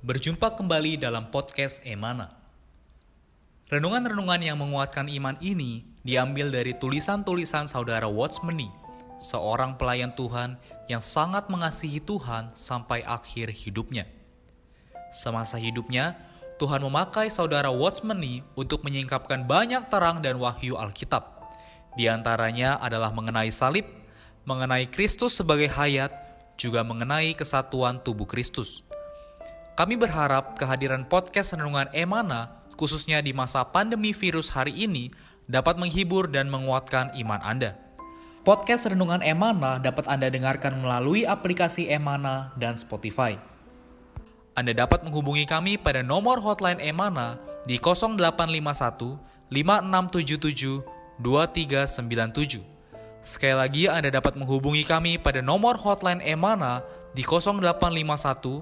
Berjumpa kembali dalam podcast Emana. Renungan-renungan yang menguatkan iman ini diambil dari tulisan-tulisan saudara Watchmeni, seorang pelayan Tuhan yang sangat mengasihi Tuhan sampai akhir hidupnya. Semasa hidupnya, Tuhan memakai saudara Watchmeni untuk menyingkapkan banyak terang dan wahyu Alkitab. Di antaranya adalah mengenai salib, mengenai Kristus sebagai hayat, juga mengenai kesatuan tubuh Kristus. Kami berharap kehadiran podcast Renungan Emana, khususnya di masa pandemi virus hari ini, dapat menghibur dan menguatkan iman Anda. Podcast Renungan Emana dapat Anda dengarkan melalui aplikasi Emana dan Spotify. Anda dapat menghubungi kami pada nomor hotline Emana di 0851 5677 2397. Sekali lagi Anda dapat menghubungi kami pada nomor hotline Emana di 0851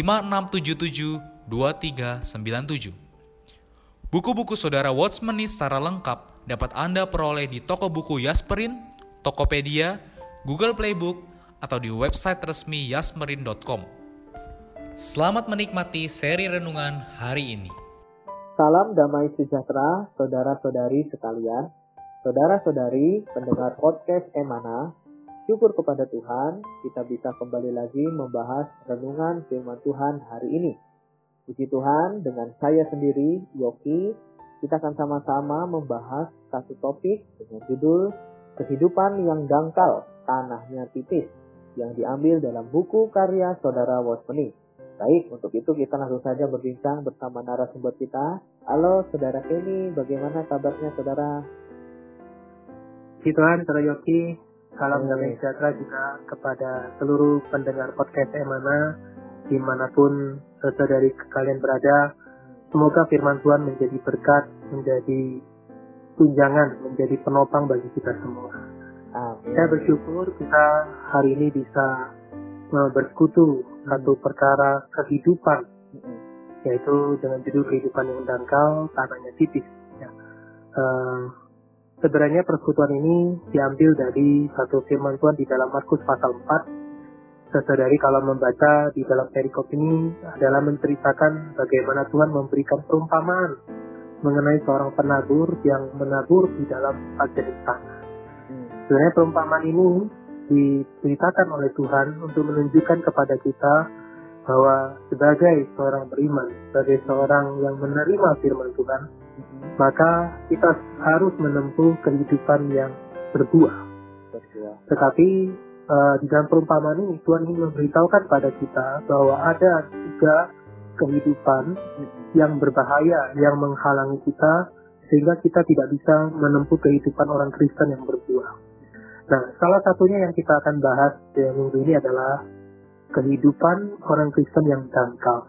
5677 2397. Buku-buku saudara Watchmeni secara lengkap dapat Anda peroleh di toko buku Yasmerin, Tokopedia, Google Playbook, atau di website resmi yasmerin.com. Selamat menikmati seri renungan hari ini. Salam damai sejahtera saudara-saudari sekalian, saudara-saudari pendengar podcast Emana. Syukur kepada Tuhan, kita bisa kembali lagi membahas renungan firman Tuhan hari ini. Puji Tuhan, dengan saya sendiri, Yoki, kita akan sama-sama membahas satu topik dengan judul Kehidupan yang Dangkal, Tanahnya Tipis, yang diambil dalam buku karya saudara Watchmeni. Baik, untuk itu kita langsung saja berbincang bersama narasumber kita. Halo, saudara Kenny, bagaimana kabarnya saudara? Puji Tuhan, saudara Yoki. Salam damai sejahtera juga kepada seluruh pendengar podcast Emana dimanapun saudari kalian berada. Semoga firman Tuhan menjadi berkat, menjadi tunjangan, menjadi penopang bagi kita semua. Saya bersyukur kita hari ini bisa bersekutu satu perkara kehidupan, yaitu dengan judul kehidupan yang dangkal, tanahnya tipis. Sebenarnya persekutuan ini diambil dari satu firman Tuhan di dalam Markus pasal 4. Saudari kalau membaca di dalam perikop ini adalah menceritakan bagaimana Tuhan memberikan perumpamaan mengenai seorang penabur yang menabur di dalam 4 jenis tanah. Sebenarnya perumpamaan ini diceritakan oleh Tuhan untuk menunjukkan kepada kita bahwa sebagai seorang beriman, sebagai seorang yang menerima firman Tuhan, maka kita harus menempuh kehidupan yang berbuah. Tetapi di dalam perumpamaan ini Tuhan ingin memberitahukan pada kita bahwa ada juga kehidupan yang berbahaya, yang menghalangi kita, sehingga kita tidak bisa menempuh kehidupan orang Kristen yang berbuah. Nah, salah satunya yang kita akan bahas minggu ini adalah kehidupan orang Kristen yang dangkal.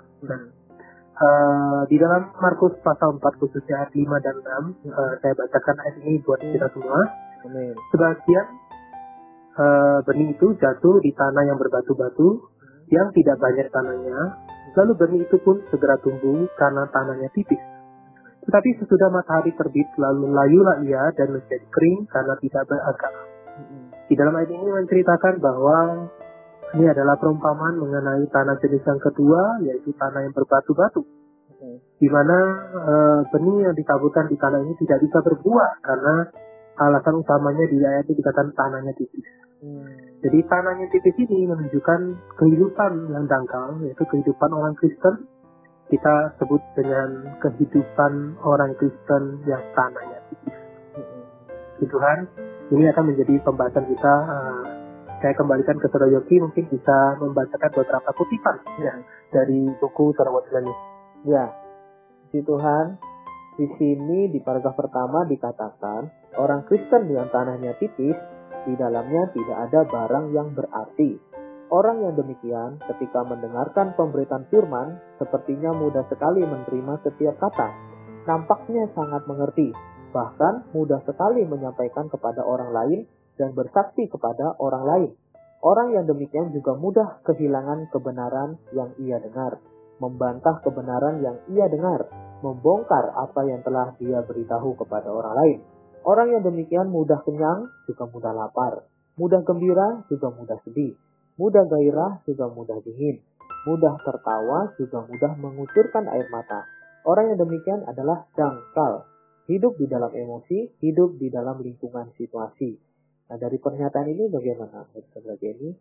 Di dalam Markus pasal 4 khususnya ayat 5 dan 6, saya bacakan ayat ini buat kita semua. Sebagian benih itu jatuh di tanah yang berbatu-batu, yang tidak banyak tanahnya, lalu benih itu pun segera tumbuh karena tanahnya tipis. Tetapi sesudah matahari terbit, lalu layulah ia dan menjadi kering karena tidak berakar. Di dalam ayat ini menceritakan bahwa ini adalah perumpamaan mengenai tanah jenis yang kedua, yaitu tanah yang berbatu-batu. Di mana benih yang ditaburkan di tanah ini tidak bisa berbuah, karena alasan utamanya di ayat ini dikatakan tanahnya tipis. Jadi tanahnya tipis ini menunjukkan kehidupan yang dangkal, yaitu kehidupan orang Kristen. Kita sebut dengan kehidupan orang Kristen yang tanahnya tipis. Tuhan, ini akan menjadi pembahasan kita. Saya kembalikan ke Saudara Yoki, mungkin bisa membacakan beberapa kutipan dari buku Saudara Watchmeni. Ya, puji Tuhan. Di sini di paragraf pertama dikatakan orang Kristen dengan tanahnya tipis, di dalamnya tidak ada barang yang berarti. Orang yang demikian ketika mendengarkan pemberitaan firman sepertinya mudah sekali menerima setiap kata. Nampaknya sangat mengerti, bahkan mudah sekali menyampaikan kepada orang lain dan bersaksi kepada orang lain. Orang yang demikian juga mudah kehilangan kebenaran yang ia dengar, membantah kebenaran yang ia dengar, membongkar apa yang telah dia beritahu kepada orang lain. Orang yang demikian mudah kenyang, juga mudah lapar, mudah gembira, juga mudah sedih, mudah gairah, juga mudah dingin. mudah tertawa, juga mudah mengucurkan air mata. Orang yang demikian adalah dangkal, hidup di dalam emosi, hidup di dalam lingkungan situasi. Nah, dari pernyataan ini bagaimana, Saudara Kenny?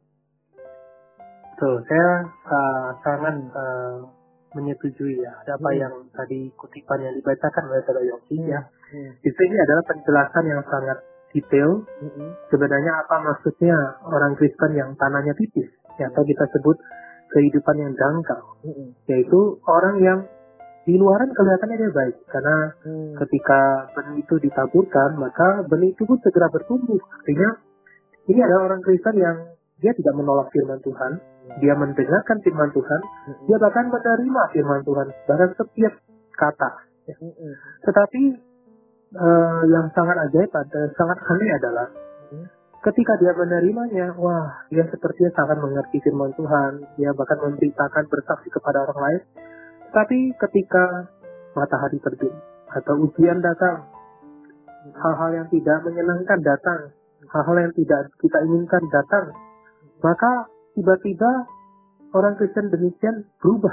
Tuh, saya sangat menyetujui ya apa yang tadi kutipan yang dibacakan oleh Saudara Yogi ya. Justru ini adalah penjelasan yang sangat detail. Sebenarnya apa maksudnya orang Kristen yang tanahnya tipis, ya, atau kita sebut kehidupan yang dangkal, yaitu orang yang di luaran kelihatannya dia baik, karena ketika benih itu ditaburkan, maka benih itu pun segera bertumbuh. Artinya ini adalah orang Kristen yang dia tidak menolak firman Tuhan, dia mendengarkan firman Tuhan, dia bahkan menerima firman Tuhan, bahkan setiap kata. Ya. Tetapi yang sangat ajaib, sangat aneh adalah ketika dia menerimanya, wah, dia sepertinya sangat mengerti firman Tuhan, dia bahkan memberitakan, bersaksi kepada orang lain. Tapi ketika matahari terbit atau ujian datang, hal-hal yang tidak menyenangkan datang, hal-hal yang tidak kita inginkan datang, maka tiba-tiba orang Kristen demikian berubah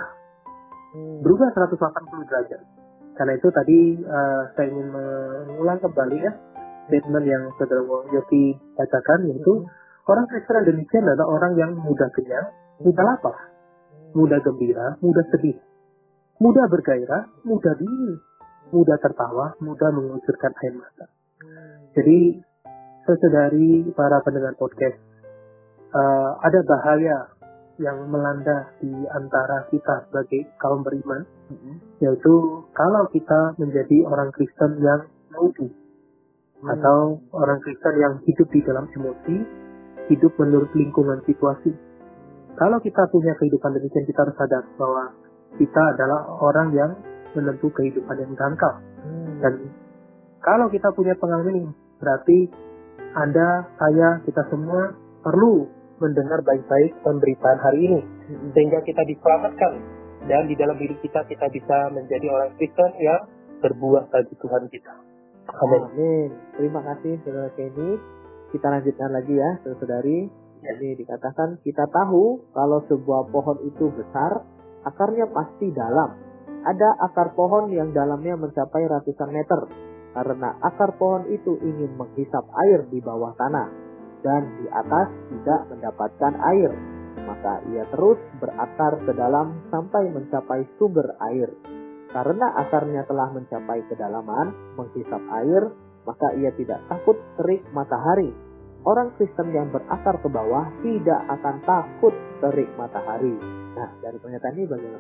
180 derajat. Karena itu tadi saya ingin mengulang kembali ya statement yang Saudara Yogi bacakan, yaitu orang Kristen demikian adalah orang yang mudah kenyang, mudah lapar, mudah gembira, mudah sedih, mudah bergairah, mudah dingin, mudah tertawa, mudah mengucurkan air mata. Jadi, saudari para pendengar podcast, ada bahaya yang melanda di antara kita sebagai kaum beriman, yaitu kalau kita menjadi orang Kristen yang moody, atau orang Kristen yang hidup di dalam emosi, hidup menurut lingkungan situasi. Kalau kita punya kehidupan demikian, kita harus sadar bahwa kita adalah orang yang menempuh kehidupan yang dangkal. Dan kalau kita punya pengalaman ini, berarti Anda, saya, kita semua perlu mendengar baik-baik pemberitaan hari ini, sehingga kita diselamatkan, dan di dalam diri kita bisa menjadi orang Kristen yang berbuah bagi Tuhan kita. Amin. Terima kasih Saudara Kenny. Kita lanjutkan lagi ya, saudari. Ini dikatakan, kita tahu kalau sebuah pohon itu besar, akarnya pasti dalam. Ada akar pohon yang dalamnya mencapai ratusan meter, karena akar pohon itu ingin menghisap air di bawah tanah, dan di atas tidak mendapatkan air. Maka ia terus berakar ke dalam sampai mencapai sumber air. Karena akarnya telah mencapai kedalaman, menghisap air, maka ia tidak takut terik matahari. Orang Kristen yang berakar ke bawah tidak akan takut terik matahari. Nah, dari pernyataan ini bagaimana?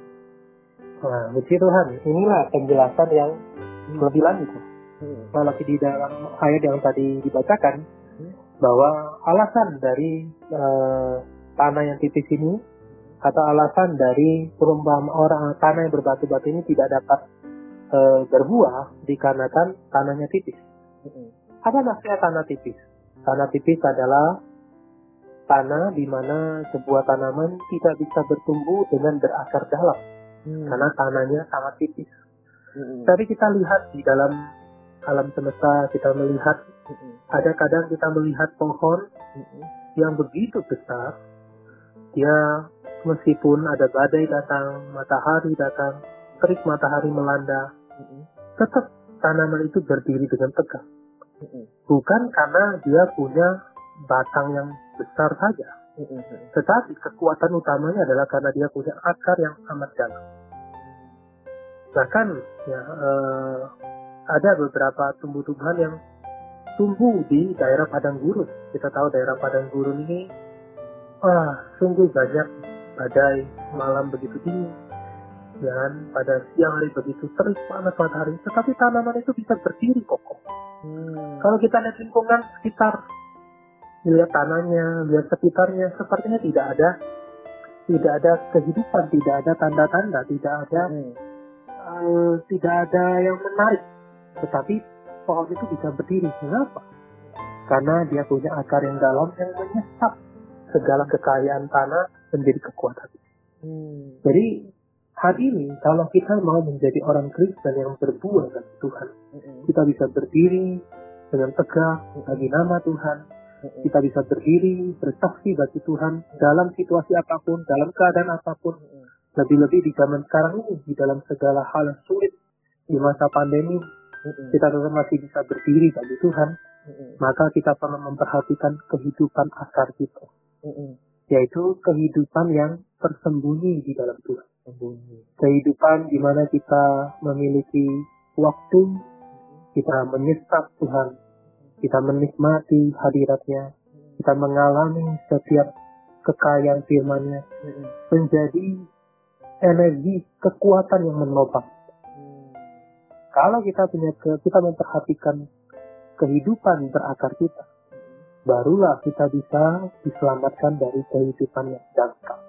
Nah, puji Tuhan, inilah penjelasan yang lebih lanjut. Kalau di dalam ayat yang tadi dibacakan, bahwa alasan dari tanah yang tipis ini, atau alasan dari perumpamaan orang tanah yang berbatu-batu ini tidak dapat berbuah dikarenakan tanahnya tipis. Apa maksudnya tanah tipis? Tanah tipis adalah tanah di mana sebuah tanaman tidak bisa bertumbuh dengan berakar dalam, karena tanahnya sangat tipis. Tapi kita lihat di dalam alam semesta, kita melihat ada kadang kita melihat pohon yang begitu besar, dia meskipun ada badai datang, matahari datang, terik matahari melanda, tetap tanaman itu berdiri dengan tegak. Bukan karena dia punya batang yang besar saja, tetapi kekuatan utamanya adalah karena dia punya akar yang amat dalam. Bahkan ya, ada beberapa tumbuh-tumbuhan yang tumbuh di daerah padang gurun. Kita tahu daerah padang gurun ini, sungguh banyak badai, malam begitu dingin, dan pada siang hari begitu terik panas matahari, tetapi tanaman itu bisa berdiri kokoh. Kalau kita lihat lingkungan sekitar, lihat tanahnya, lihat sekitarnya, sepertinya tidak ada kehidupan, tidak ada tanda-tanda, tidak ada yang menarik. Tetapi pohon itu bisa berdiri. Kenapa? Karena dia punya akar yang dalam yang menyesap segala kekayaan tanah menjadi kekuatan. Jadi hari ini kalau kita mau menjadi orang Kristen yang berbuah bagi Tuhan, kita bisa berdiri dengan tegak bagi nama Tuhan, Kita bisa berdiri, bersaksi bagi Tuhan dalam situasi apapun, dalam keadaan apapun. Lebih-lebih di zaman sekarang ini, di dalam segala hal yang sulit, di masa pandemi, kita tetap masih bisa berdiri bagi Tuhan. Maka kita perlu memperhatikan kehidupan akar kita, yaitu kehidupan yang tersembunyi di dalam Tuhan. Kehidupan di mana kita memiliki waktu, kita menyesat Tuhan, kita menikmati hadiratnya, kita mengalami setiap kekayaan firman-Nya, menjadi energi, kekuatan yang menopang. Kalau kita memperhatikan kehidupan berakar kita, barulah kita bisa diselamatkan dari kehidupan yang dangkal.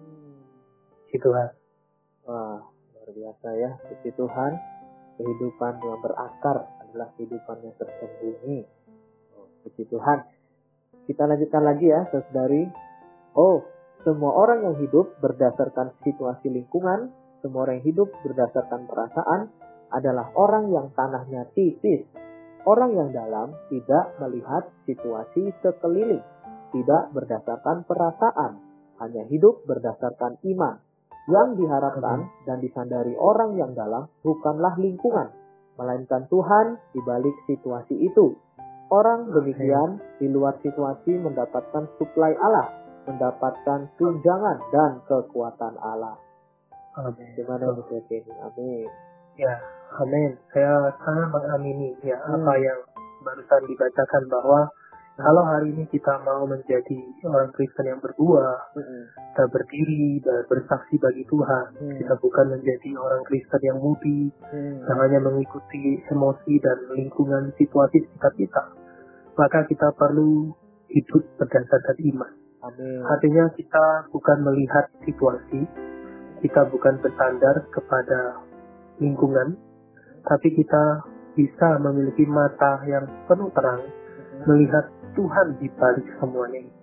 Gitu kan. Wah, luar biasa ya. Puji Tuhan, kehidupan yang berakar adalah kehidupan yang tersembunyi. Puji Tuhan. Kita lanjutkan lagi ya, saudari. Semua orang yang hidup berdasarkan situasi lingkungan, semua orang yang hidup berdasarkan perasaan, adalah orang yang tanahnya tipis. Orang yang dalam tidak melihat situasi sekeliling, tidak berdasarkan perasaan, hanya hidup berdasarkan iman. Yang diharapkan dan disandari orang yang dalam bukanlah lingkungan, melainkan Tuhan di balik situasi itu. Orang demikian di luar situasi mendapatkan suplai Allah, mendapatkan tunjangan dan kekuatan Allah. Gimana Bu ini? Amin. Ya, amin. Saya sangat mengamini ya apa yang barusan dibacakan, bahwa kalau hari ini kita mau menjadi orang Kristen yang berbuah, kita berdiri dan bersaksi bagi Tuhan, kita bukan menjadi orang Kristen yang mudi, yang hanya mengikuti emosi dan lingkungan situasi sekitar kita, maka kita perlu hidup berdasarkan iman. Amin. Artinya kita bukan melihat situasi, kita bukan bersandar kepada lingkungan, tapi kita bisa memiliki mata yang penuh terang, melihat Tuhan di balik semuanya ini.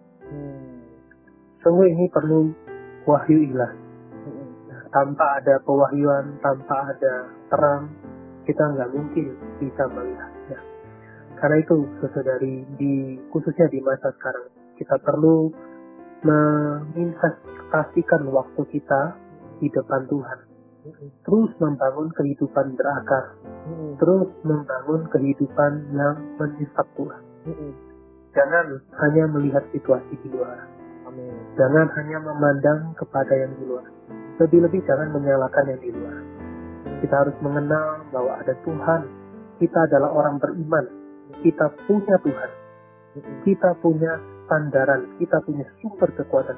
Semua ini perlu wahyu ilahi. Tanpa ada pewahyuan, tanpa ada terang, kita nggak mungkin bisa melihatnya. Karena itu, saudari, khususnya di masa sekarang, kita perlu menginvestasikan waktu kita di depan Tuhan. Terus membangun kehidupan berakar, terus membangun kehidupan yang menyesat Tuhan. Jangan hanya melihat situasi di luar. Jangan hanya memandang kepada yang di luar. Lebih-lebih jangan menyalahkan yang di luar. Kita harus mengenal bahwa ada Tuhan. Kita adalah orang beriman. Kita punya Tuhan. Kita punya sandaran. Kita punya sumber kekuatan.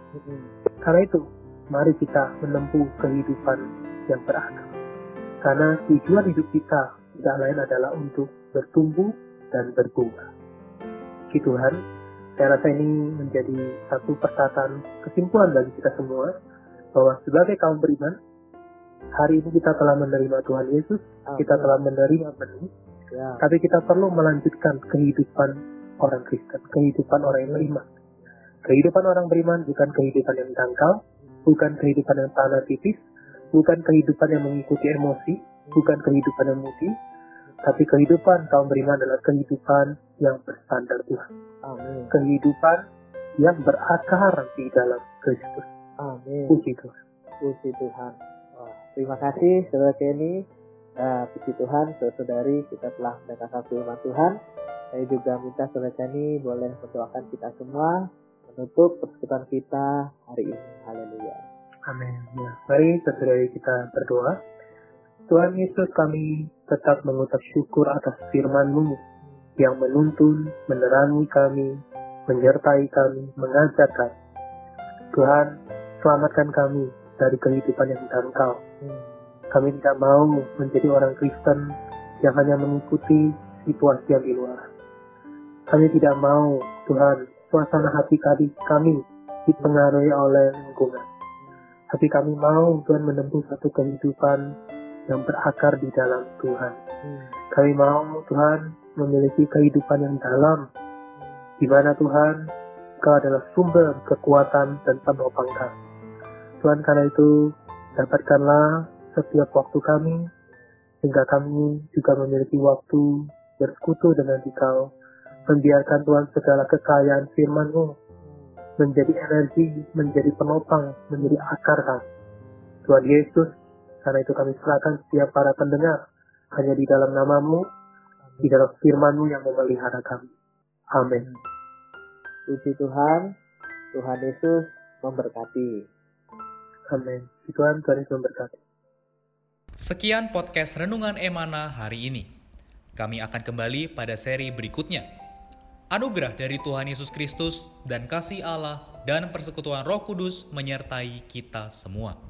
Karena itu, mari kita menempuh kehidupan yang berakar. Karena tujuan hidup kita tidak lain adalah untuk bertumbuh dan berbunga. Tuhan, saya rasa ini menjadi satu perkataan kesimpulan bagi kita semua, bahwa sebagai kaum beriman, hari ini kita telah menerima Tuhan Yesus, kita telah menerima benih, tapi kita perlu melanjutkan kehidupan orang Kristen, kehidupan orang yang beriman. Kehidupan orang beriman bukan kehidupan yang dangkal, bukan kehidupan yang tanah tipis, bukan kehidupan yang mengikuti emosi, bukan kehidupan yang mudi, tapi kehidupan kaum beriman adalah kehidupan yang bersandar Tuhan. Amin. Kehidupan yang berakar di dalam Kristus. Amin. Puji Tuhan. Puji Tuhan. Terima kasih Saudara Kenny. Puji Tuhan, saudari, kita telah mendengarkan firman Tuhan. Saya juga minta Saudara Kenny boleh mendoakan kita semua menutup persekutuan kita hari ini. Haleluya. Amin. Ya, mari saudari kita berdoa. Tuhan Yesus, kami tetap mengucap syukur atas firman-Mu yang menuntun, menerangi kami, menyertai kami, mengajar kami. Tuhan, selamatkan kami dari kehidupan yang dangkal. Kami tidak mau menjadi orang Kristen yang hanya mengikuti situasi yang di luar. Kami tidak mau, Tuhan, suasana hati kami dipengaruhi oleh lingkungan. Tapi kami mau, Tuhan, menempuh satu kehidupan yang berakar di dalam Tuhan. Kami mau, Tuhan, memiliki kehidupan yang dalam, di mana Tuhan, Engkau adalah sumber kekuatan dan penopang kami. Tuhan, karena itu, dapatkanlah setiap waktu kami, sehingga kami juga memiliki waktu bersekutu dengan Engkau, Membiarkan Tuhan segala kekayaan firman-Mu menjadi energi, menjadi penopang, menjadi akar kami. Tuhan Yesus, karena itu kami serahkan setiap para pendengar hanya di dalam nama-Mu, di dalam firman-Mu yang memelihara kami. Amin. Puji Tuhan, Tuhan Yesus memberkati. Amin. Tuhan Yesus memberkati. Sekian podcast Renungan Emana hari ini. Kami akan kembali pada seri berikutnya. Anugerah dari Tuhan Yesus Kristus dan kasih Allah dan persekutuan Roh Kudus menyertai kita semua.